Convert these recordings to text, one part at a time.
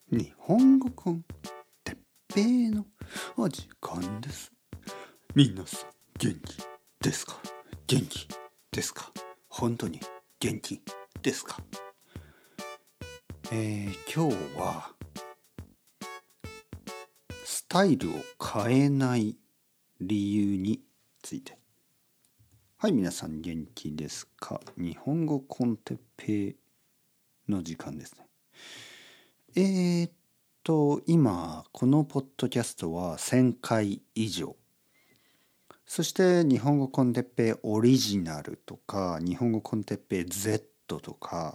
日本語コンテッペイのお時間です。皆さん元気ですか？元気ですか？本当に元気ですか？今日はスタイルを変えない理由について。はい、皆さん元気ですか？日本語コンテッペイの時間ですね。今このポッドキャストは1000回以上、そして日本語コンテッペイオリジナルとか日本語コンテッペイ Z とか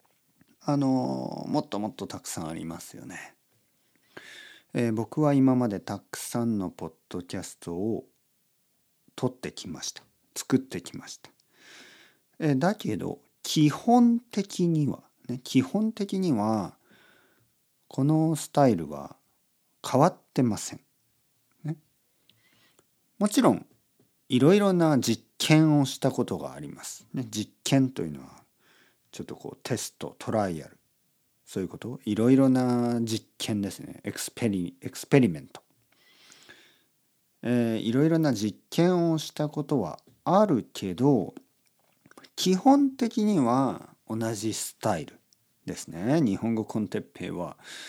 もっともっとたくさんありますよね。僕は今までたくさんのポッドキャストを撮ってきました。作ってきました。だけど基本的にはこのスタイルは変わってません。ね、もちろんいろいろな実験をしたことがあります。ね、実験というのはちょっとテスト、トライアル、そういうこと、いろいろな実験ですね。エクスペリメント。いろいろな実験をしたことはあるけど、基本的には同じスタイルですね。日本語コンテッペイ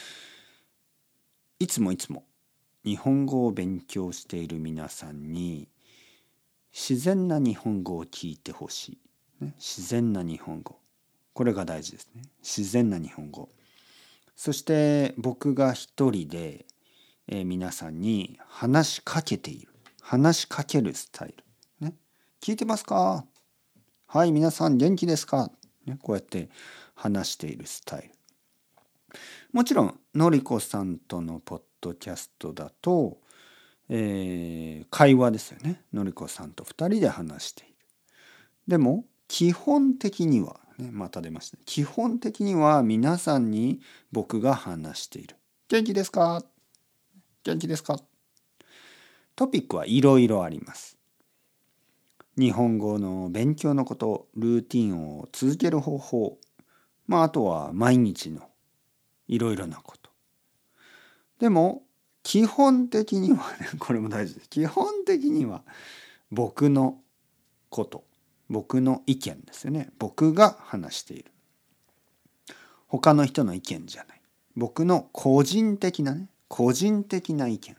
はいつも日本語を勉強している皆さんに自然な日本語を聞いてほしい、ね。自然な日本語。これが大事ですね。自然な日本語。そして僕が一人で、皆さんに話しかけている。話しかけるスタイル。ね、聞いてますか？はい、皆さん元気ですか？ね、こうやって話しているスタイル。もちろん、のりこさんとのポッドキャストだと、会話ですよね。のりこさんと2人で話している。でも基本的には、ね、また出ました。基本的には皆さんに僕が話している。元気ですか？元気ですか？トピックはいろいろあります。日本語の勉強のこと、ルーティンを続ける方法、あとは毎日のいろいろなこと。でも基本的にはね、これも大事です。基本的には僕のこと、僕の意見ですよね。僕が話している。他の人の意見じゃない。僕の個人的な意見。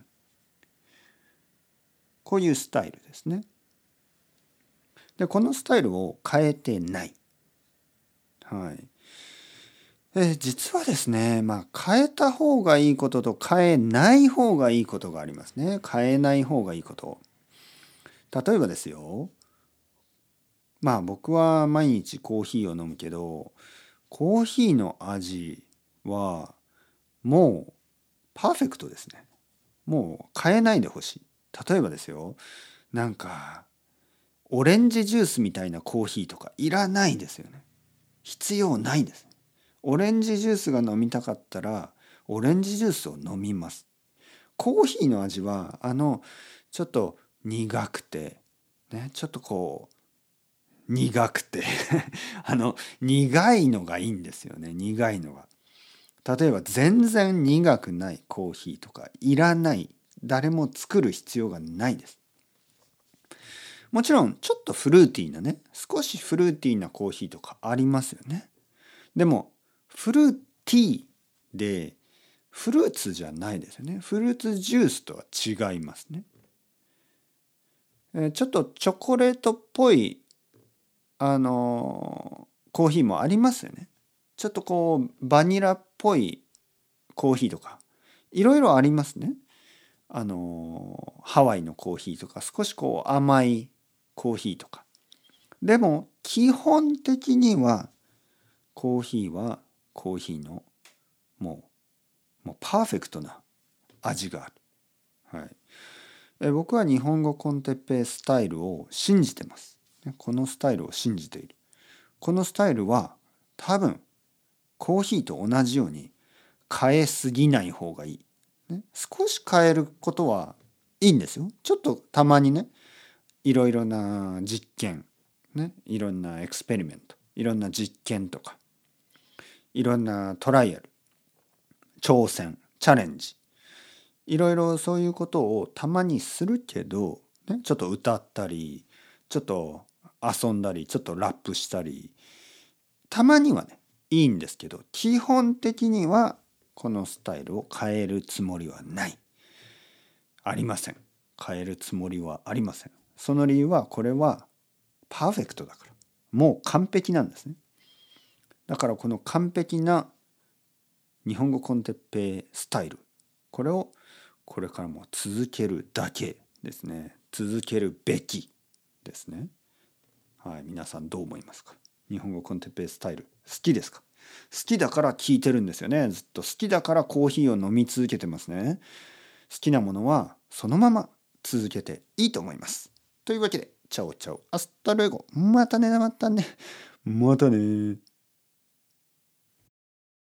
こういうスタイルですね。で、このスタイルを変えてない。はい。実はですね、変えた方がいいことと変えない方がいいことがありますね。変えない方がいいこと。例えばですよ。僕は毎日コーヒーを飲むけど、コーヒーの味はもうパーフェクトですね。もう変えないでほしい。例えばですよ。オレンジジュースみたいなコーヒーとかいらないですよね。必要ないです。オレンジジュースが飲みたかったらオレンジジュースを飲みます。コーヒーの味はちょっと苦くてね、ちょっと苦くて苦いのがいいんですよね。苦いのが。例えば全然苦くないコーヒーとかいらない。誰も作る必要がないです。もちろんちょっとフルーティーなね、少しフルーティーなコーヒーとかありますよね。でもフルーティーでフルーツじゃないですよね。フルーツジュースとは違いますね。ちょっとチョコレートっぽいコーヒーもありますよね。ちょっとバニラっぽいコーヒーとかいろいろありますね。ハワイのコーヒーとか少し甘いコーヒーとか。でも基本的にはコーヒーはコーヒーのもうパーフェクトな味がある。はい。僕は日本語コンテッペイスタイルを信じてます。このスタイルを信じている。このスタイルは多分コーヒーと同じように変えすぎない方がいい。少し変えることはいいんですよ。ちょっとたまにね、いろいろな実験、いろんなエクスペリメント、いろんな実験とか、いろんなトライアル。 挑戦、チャレンジ、いろいろそういうことをたまにするけど、ね、ちょっと歌ったりちょっと遊んだりちょっとラップしたり、たまにはねいいんですけど、基本的にはこのスタイルを変えるつもりはない、ありません。変えるつもりはありません。その理由は、これはパーフェクトだから、もう完璧なんですね。だからこの完璧な日本語コンテッペイスタイル、これをこれからも続けるだけですね。続けるべきですね。はい、皆さんどう思いますか？日本語コンテッペイスタイル好きですか？好きだから聞いてるんですよね。ずっと好きだからコーヒーを飲み続けてますね。好きなものはそのまま続けていいと思います。というわけで、チャオチャオ、アスタルエゴ、またね、またね、またね。